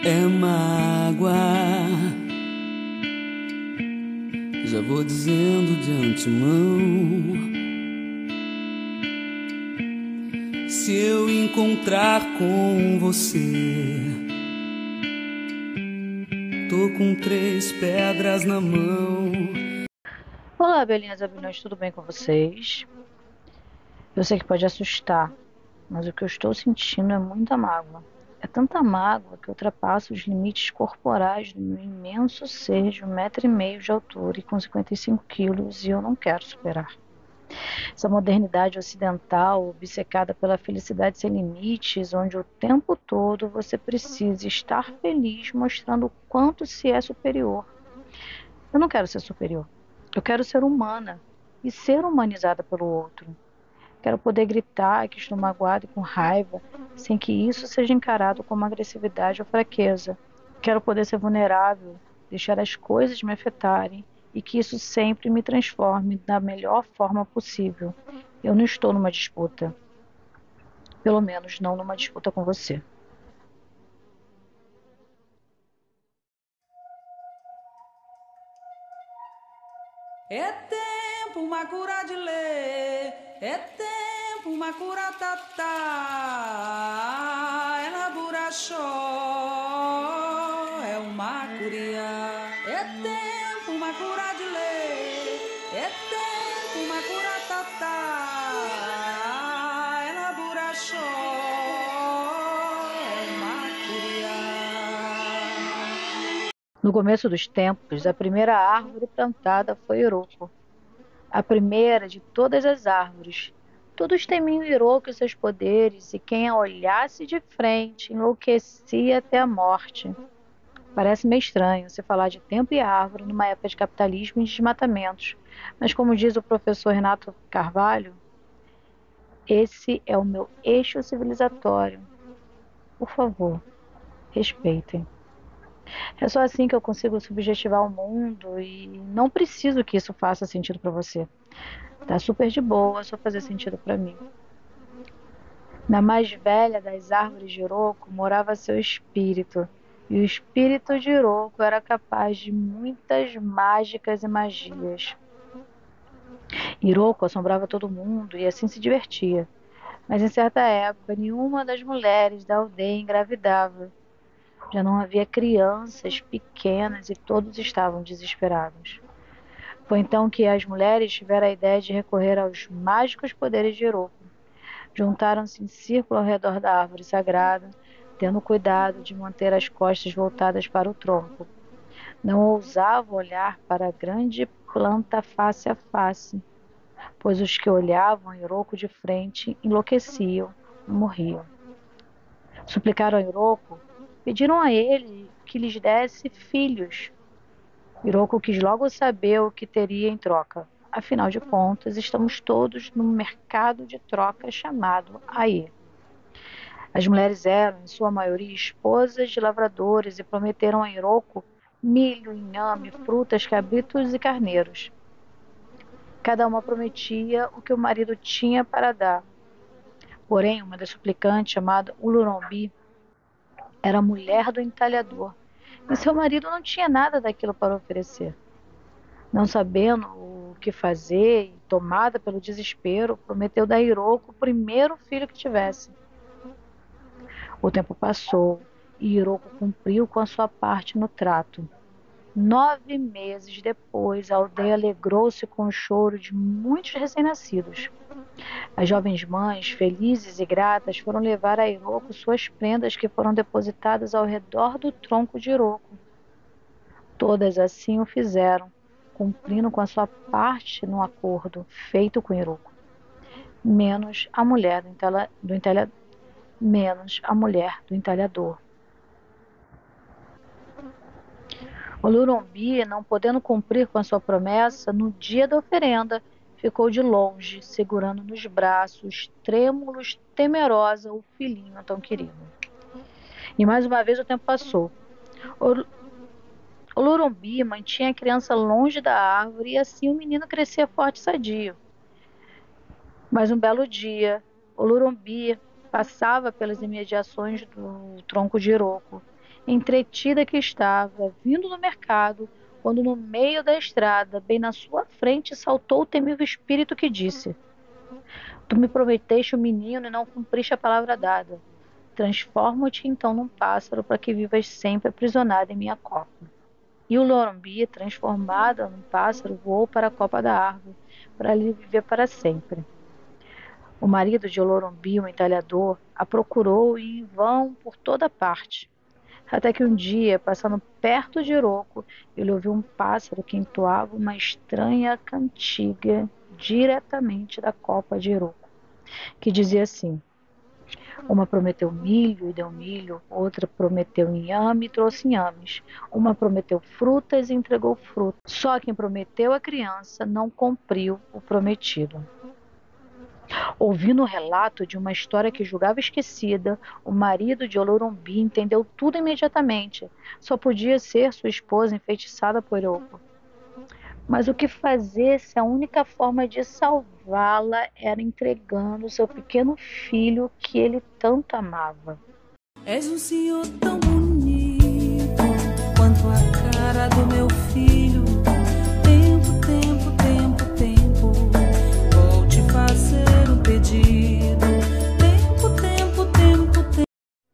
é mágoa. Já vou dizendo de antemão, se eu encontrar com você, tô com 3 pedras na mão. Olá, belinhas abilhões, tudo bem com vocês? Eu sei que pode assustar, mas o que eu estou sentindo é muita mágoa. É tanta mágoa que ultrapassa os limites corporais do meu imenso ser de 1,5 m de altura e com 55 quilos, e eu não quero superar. Essa modernidade ocidental, obcecada pela felicidade sem limites, onde o tempo todo você precisa estar feliz, mostrando o quanto se é superior. Eu não quero ser superior. Eu quero ser humana e ser humanizada pelo outro. Quero poder gritar que estou magoada e com raiva, sem que isso seja encarado como agressividade ou fraqueza. Quero poder ser vulnerável, deixar as coisas me afetarem e que isso sempre me transforme da melhor forma possível. Eu não estou numa disputa. Pelo menos não numa disputa com você. É tempo, uma cura de lei. É tempo, uma cura tatá. Ela burachó, é uma curia. É tempo, uma cura de lei. É tempo, uma cura tatá. Ela burachó, é uma curia. No começo dos tempos, a primeira árvore plantada foi Iroko, a primeira de todas as árvores. Todos temiam Iroko e seus poderes, e quem a olhasse de frente enlouquecia até a morte. Parece meio estranho se falar de tempo e árvore numa época de capitalismo e desmatamentos, mas como diz o professor Renato Carvalho, esse é o meu eixo civilizatório. Por favor, respeitem. É só assim que eu consigo subjetivar o mundo e não preciso que isso faça sentido para você. Tá super de boa, só fazer sentido para mim. Na mais velha das árvores de Iroko morava seu espírito, e o espírito de Iroko era capaz de muitas mágicas e magias. Iroko assombrava todo mundo e assim se divertia, mas em certa época nenhuma das mulheres da aldeia engravidava. Já não havia crianças pequenas e todos estavam desesperados. Foi então que as mulheres tiveram a ideia de recorrer aos mágicos poderes de Iroko. Juntaram-se em círculo ao redor da árvore sagrada, tendo cuidado de manter as costas voltadas para o tronco. Não ousavam olhar para a grande planta face a face, pois os que olhavam Iroko de frente enlouqueciam e morriam. Suplicaram a Iroko, pediram a ele que lhes desse filhos. Iroko quis logo saber o que teria em troca. Afinal de contas, estamos todos num mercado de troca chamado Aê. As mulheres eram, em sua maioria, esposas de lavradores e prometeram a Iroko milho, inhame, frutas, cabritos e carneiros. Cada uma prometia o que o marido tinha para dar. Porém, uma das suplicantes, chamada Ulurumbi, era a mulher do entalhador, e seu marido não tinha nada daquilo para oferecer. Não sabendo o que fazer e tomada pelo desespero, prometeu dar a Iroko o primeiro filho que tivesse. O tempo passou e Iroko cumpriu com a sua parte no trato. 9 meses depois, a aldeia alegrou-se com o choro de muitos recém-nascidos. As jovens mães, felizes e gratas, foram levar a Iroko suas prendas que foram depositadas ao redor do tronco de Iroko. Todas assim o fizeram, cumprindo com a sua parte no acordo feito com Iroko, menos a mulher do entalhador. Olurumbi, não podendo cumprir com a sua promessa, no dia da oferenda, ficou de longe, segurando nos braços, trêmulos, temerosa, o filhinho tão querido. E mais uma vez o tempo passou. Olurumbi mantinha a criança longe da árvore e assim o menino crescia forte e sadio. Mas um belo dia, Olurumbi passava pelas imediações do tronco de Iroko entretida que estava, vindo do mercado, quando no meio da estrada, bem na sua frente, saltou o temível espírito que disse: Tu me prometeste o menino e não cumpriste a palavra dada. Transformo-te então num pássaro para que vivas sempre aprisionado em minha copa. E o Lorombi, transformada num pássaro, voou para a copa da árvore, para ali viver para sempre. O marido de Olorombi, o entalhador, a procurou e em vão por toda parte. Até que um dia, passando perto de Iroco, ele ouviu um pássaro que entoava uma estranha cantiga diretamente da copa de Iroco, que dizia assim: uma prometeu milho e deu milho, outra prometeu inhame e trouxe inhames, uma prometeu frutas e entregou frutas. Só quem prometeu a criança não cumpriu o prometido. Ouvindo o relato de uma história que julgava esquecida, o marido de Olorumbi entendeu tudo imediatamente. Só podia ser sua esposa enfeitiçada por Iroco. Mas o que fazer se a única forma de salvá-la era entregando seu pequeno filho que ele tanto amava? És um senhor tão bonito quanto a cara do meu filho. Tempo, tempo, tempo, tempo, vou te fazer um pedido. Tempo, tempo, tempo, tempo.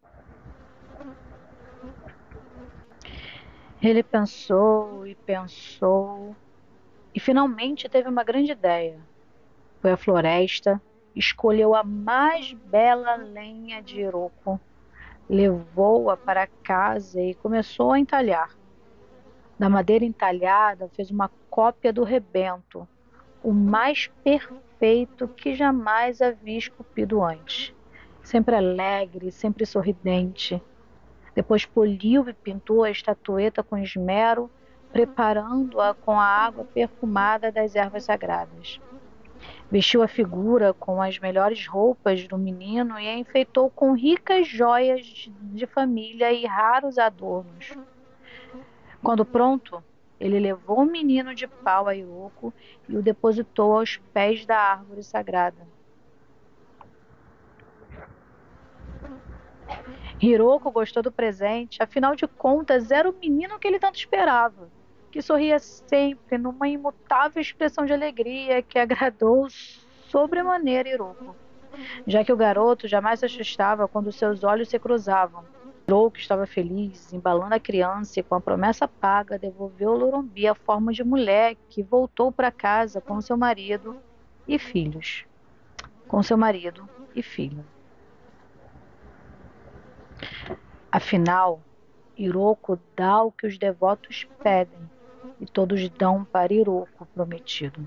Ele pensou e pensou e finalmente teve uma grande ideia. Foi à floresta, escolheu a mais bela lenha de Iroco, levou-a para casa e começou a entalhar. Da madeira entalhada, fez uma cópia do rebento, o mais perfeito que jamais havia esculpido antes. Sempre alegre, sempre sorridente. Depois poliu e pintou a estatueta com esmero, preparando-a com a água perfumada das ervas sagradas. Vestiu a figura com as melhores roupas do menino e a enfeitou com ricas joias de família e raros adornos. Quando pronto, ele levou o menino de pau a Iroco e o depositou aos pés da árvore sagrada. Hiroko gostou do presente, afinal de contas era o menino que ele tanto esperava, que sorria sempre numa imutável expressão de alegria que agradou sobremaneira Hiroko, já que o garoto jamais se assustava quando seus olhos se cruzavam. Hiroko estava feliz, embalando a criança e com a promessa paga devolveu ao Lorombi a forma de mulher que voltou para casa com seu marido e filhos. Afinal, Hiroko dá o que os devotos pedem, e todos dão para Hiroko prometido.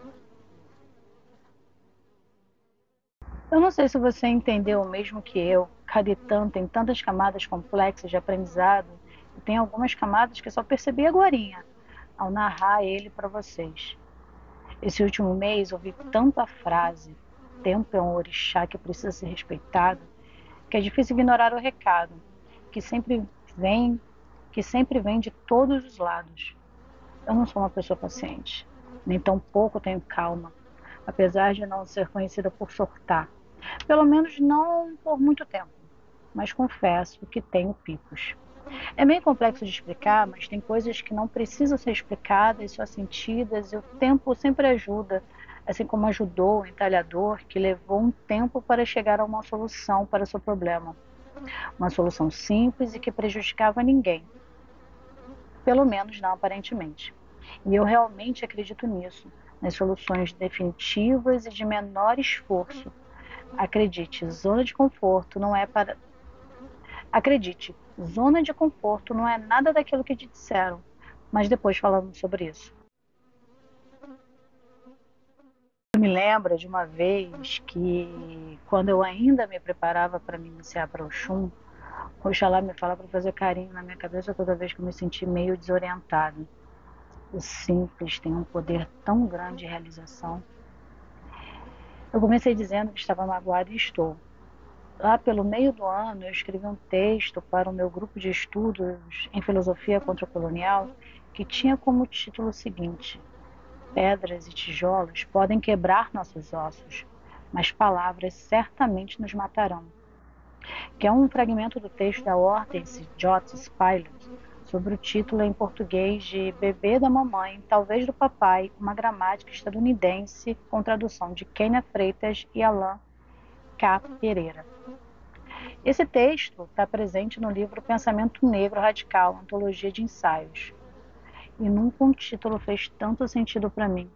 Eu não sei se você entendeu o mesmo que eu. Kaditan tem tantas camadas complexas de aprendizado, e tem algumas camadas que só percebi agorinha, ao narrar ele para vocês. Esse último mês ouvi tanto a frase "tempo é um orixá que precisa ser respeitado", que é difícil ignorar o recado, que sempre vem de todos os lados. Eu não sou uma pessoa paciente, nem tampouco tenho calma, apesar de não ser conhecida por surtar, pelo menos não por muito tempo, mas confesso que tenho picos. É meio complexo de explicar, mas tem coisas que não precisam ser explicadas, só sentidas, e o tempo sempre ajuda, assim como ajudou o entalhador, que levou um tempo para chegar a uma solução para o seu problema. Uma solução simples e que prejudicava ninguém. Pelo menos não aparentemente. E eu realmente acredito nisso, nas soluções definitivas e de menor esforço. Acredite, zona de conforto não é nada daquilo que te disseram, mas depois falamos sobre isso. Eu me lembro de uma vez que, quando eu ainda me preparava para me iniciar para o Oxum, o Oxalá me falava para fazer carinho na minha cabeça toda vez que eu me senti meio desorientada. O simples tem um poder tão grande de realização. Eu comecei dizendo que estava magoada e estou. Lá pelo meio do ano, eu escrevi um texto para o meu grupo de estudos em filosofia contracolonial que tinha como título o seguinte: pedras e tijolos podem quebrar nossos ossos, mas palavras certamente nos matarão. que é um fragmento do texto da Hortense J. Spiller, sobre o título em português de Bebê da Mamãe, Talvez do Papai, uma gramática estadunidense, com tradução de Kênia Freitas e Alain K. Pereira. Esse texto está presente no livro Pensamento Negro Radical, antologia de ensaios. E nunca um título fez tanto sentido para mim.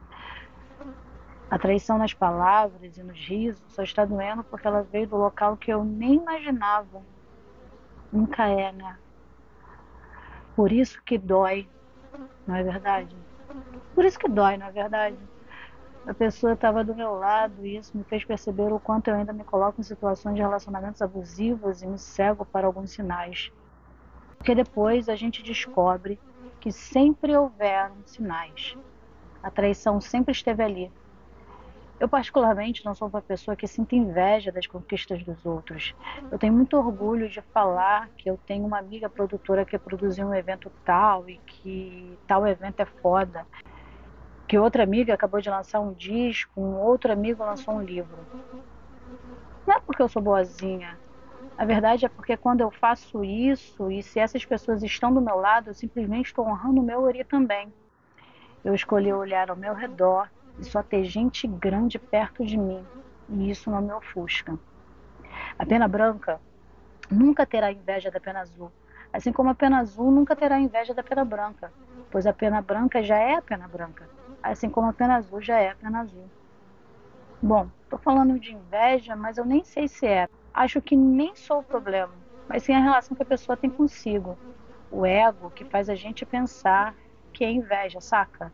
A traição nas palavras e nos risos só está doendo porque ela veio do local que eu nem imaginava. Nunca é, né? Por isso que dói, não é verdade? Por isso que dói, não é verdade? A pessoa estava do meu lado e isso me fez perceber o quanto eu ainda me coloco em situações de relacionamentos abusivos e me cego para alguns sinais. Porque depois a gente descobre que sempre houveram sinais. A traição sempre esteve ali. Eu particularmente não sou uma pessoa que sinta inveja das conquistas dos outros. Eu tenho muito orgulho de falar que eu tenho uma amiga produtora que produziu um evento tal e que tal evento é foda. Que outra amiga acabou de lançar um disco, um outro amigo lançou um livro. Não é porque eu sou boazinha. A verdade é porque quando eu faço isso, e se essas pessoas estão do meu lado, eu simplesmente estou honrando o meu ori também. Eu escolhi olhar ao meu redor e só ter gente grande perto de mim, e isso não me ofusca. A pena branca nunca terá inveja da pena azul, assim como a pena azul nunca terá inveja da pena branca, pois a pena branca já é a pena branca, assim como a pena azul já é a pena azul. Bom, estou falando de inveja, mas eu nem sei se é. Acho que nem sou o problema, mas sim a relação que a pessoa tem consigo. O ego que faz a gente pensar que é inveja, saca?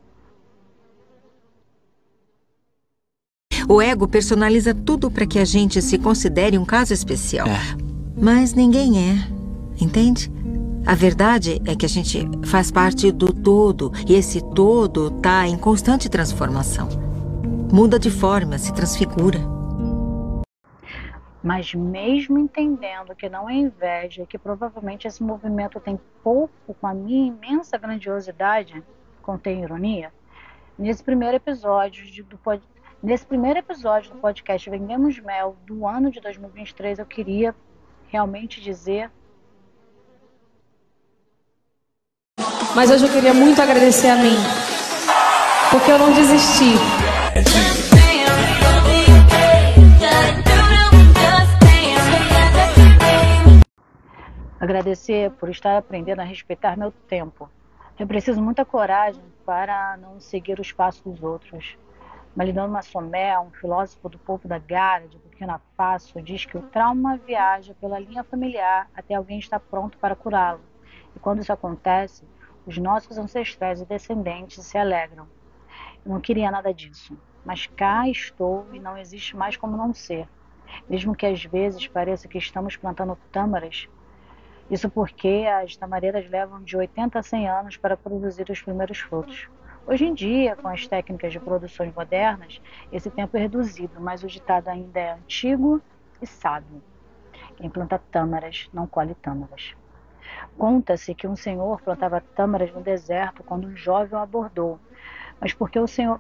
O ego personaliza tudo para que a gente se considere um caso especial. Mas ninguém é, entende? A verdade é que a gente faz parte do todo, e esse todo está em constante transformação. Muda de forma, se transfigura. Mas mesmo entendendo que não é inveja, que provavelmente esse movimento tem pouco com a minha imensa grandiosidade, contém ironia, nesse primeiro episódio do podcast Vendemos Mel do ano de 2023, eu queria realmente dizer... Mas hoje eu queria muito agradecer a mim, porque eu não desisti. Agradecer por estar aprendendo a respeitar meu tempo. Eu preciso muita coragem para não seguir os passos dos outros. Malidão Massomé, um filósofo do povo da Gara, de Burkina Faso, diz que o trauma viaja pela linha familiar até alguém estar pronto para curá-lo. E quando isso acontece, os nossos ancestrais e descendentes se alegram. Eu não queria nada disso, mas cá estou e não existe mais como não ser. Mesmo que às vezes pareça que estamos plantando tâmaras, isso porque as tamareiras levam de 80 a 100 anos para produzir os primeiros frutos. Hoje em dia, com as técnicas de produções modernas, esse tempo é reduzido, mas o ditado ainda é antigo e sábio. Quem planta tâmaras não colhe tâmaras. Conta-se que um senhor plantava tâmaras no deserto quando um jovem o abordou. Mas por que o senhor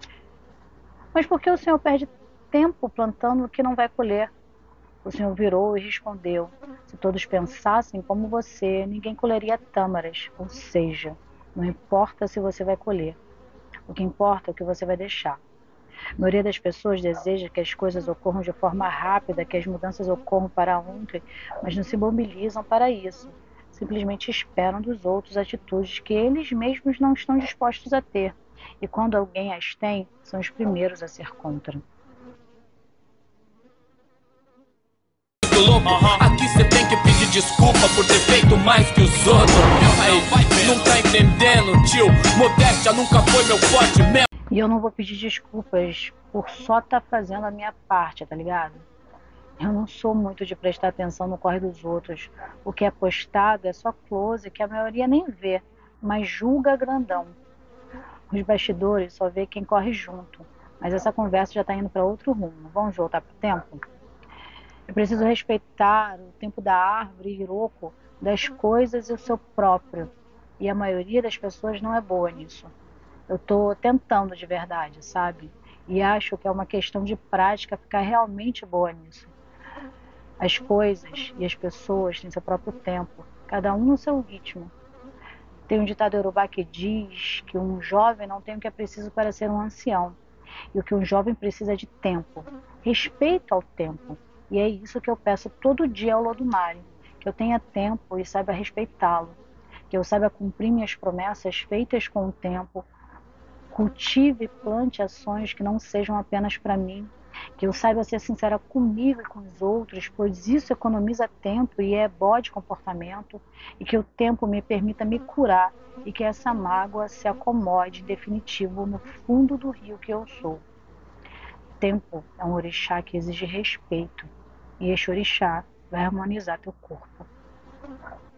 perde tempo plantando o que não vai colher? O senhor virou e respondeu: se todos pensassem como você, ninguém colheria tâmaras, ou seja, não importa se você vai colher. O que importa é o que você vai deixar. A maioria das pessoas deseja que as coisas ocorram de forma rápida, que as mudanças ocorram para ontem, mas não se mobilizam para isso. Simplesmente esperam dos outros atitudes que eles mesmos não estão dispostos a ter. E quando alguém as tem, são os primeiros a ser contra. Aqui você tem que pedir desculpa por ter feito mais que os outros. Aí, não tá entendendo, tio? Modéstia nunca foi meu forte mesmo. E eu não vou pedir desculpas por só estar fazendo a minha parte, tá ligado? Eu não sou muito de prestar atenção no corre dos outros. O que é postado é só close, que a maioria nem vê, mas julga grandão. Os bastidores só vê quem corre junto. Mas essa conversa já tá indo para outro rumo. Vamos voltar pro tempo? Eu preciso respeitar o tempo da árvore iroko, das coisas e o seu próprio. E a maioria das pessoas não é boa nisso. Eu estou tentando de verdade, sabe? E acho que é uma questão de prática ficar realmente boa nisso. As coisas e as pessoas têm seu próprio tempo, cada um no seu ritmo. Tem um ditado iorubá que diz que um jovem não tem o que é preciso para ser um ancião. E o que um jovem precisa é de tempo, respeito ao tempo. E é isso que eu peço todo dia ao Lodumare, que eu tenha tempo e saiba respeitá-lo, que eu saiba cumprir minhas promessas feitas com o tempo, cultive e plante ações que não sejam apenas para mim, que eu saiba ser sincera comigo e com os outros, pois isso economiza tempo e é bode comportamento, e que o tempo me permita me curar e que essa mágoa se acomode em definitivo no fundo do rio que eu sou. Tempo é um orixá que exige respeito, e este orixá vai harmonizar teu corpo.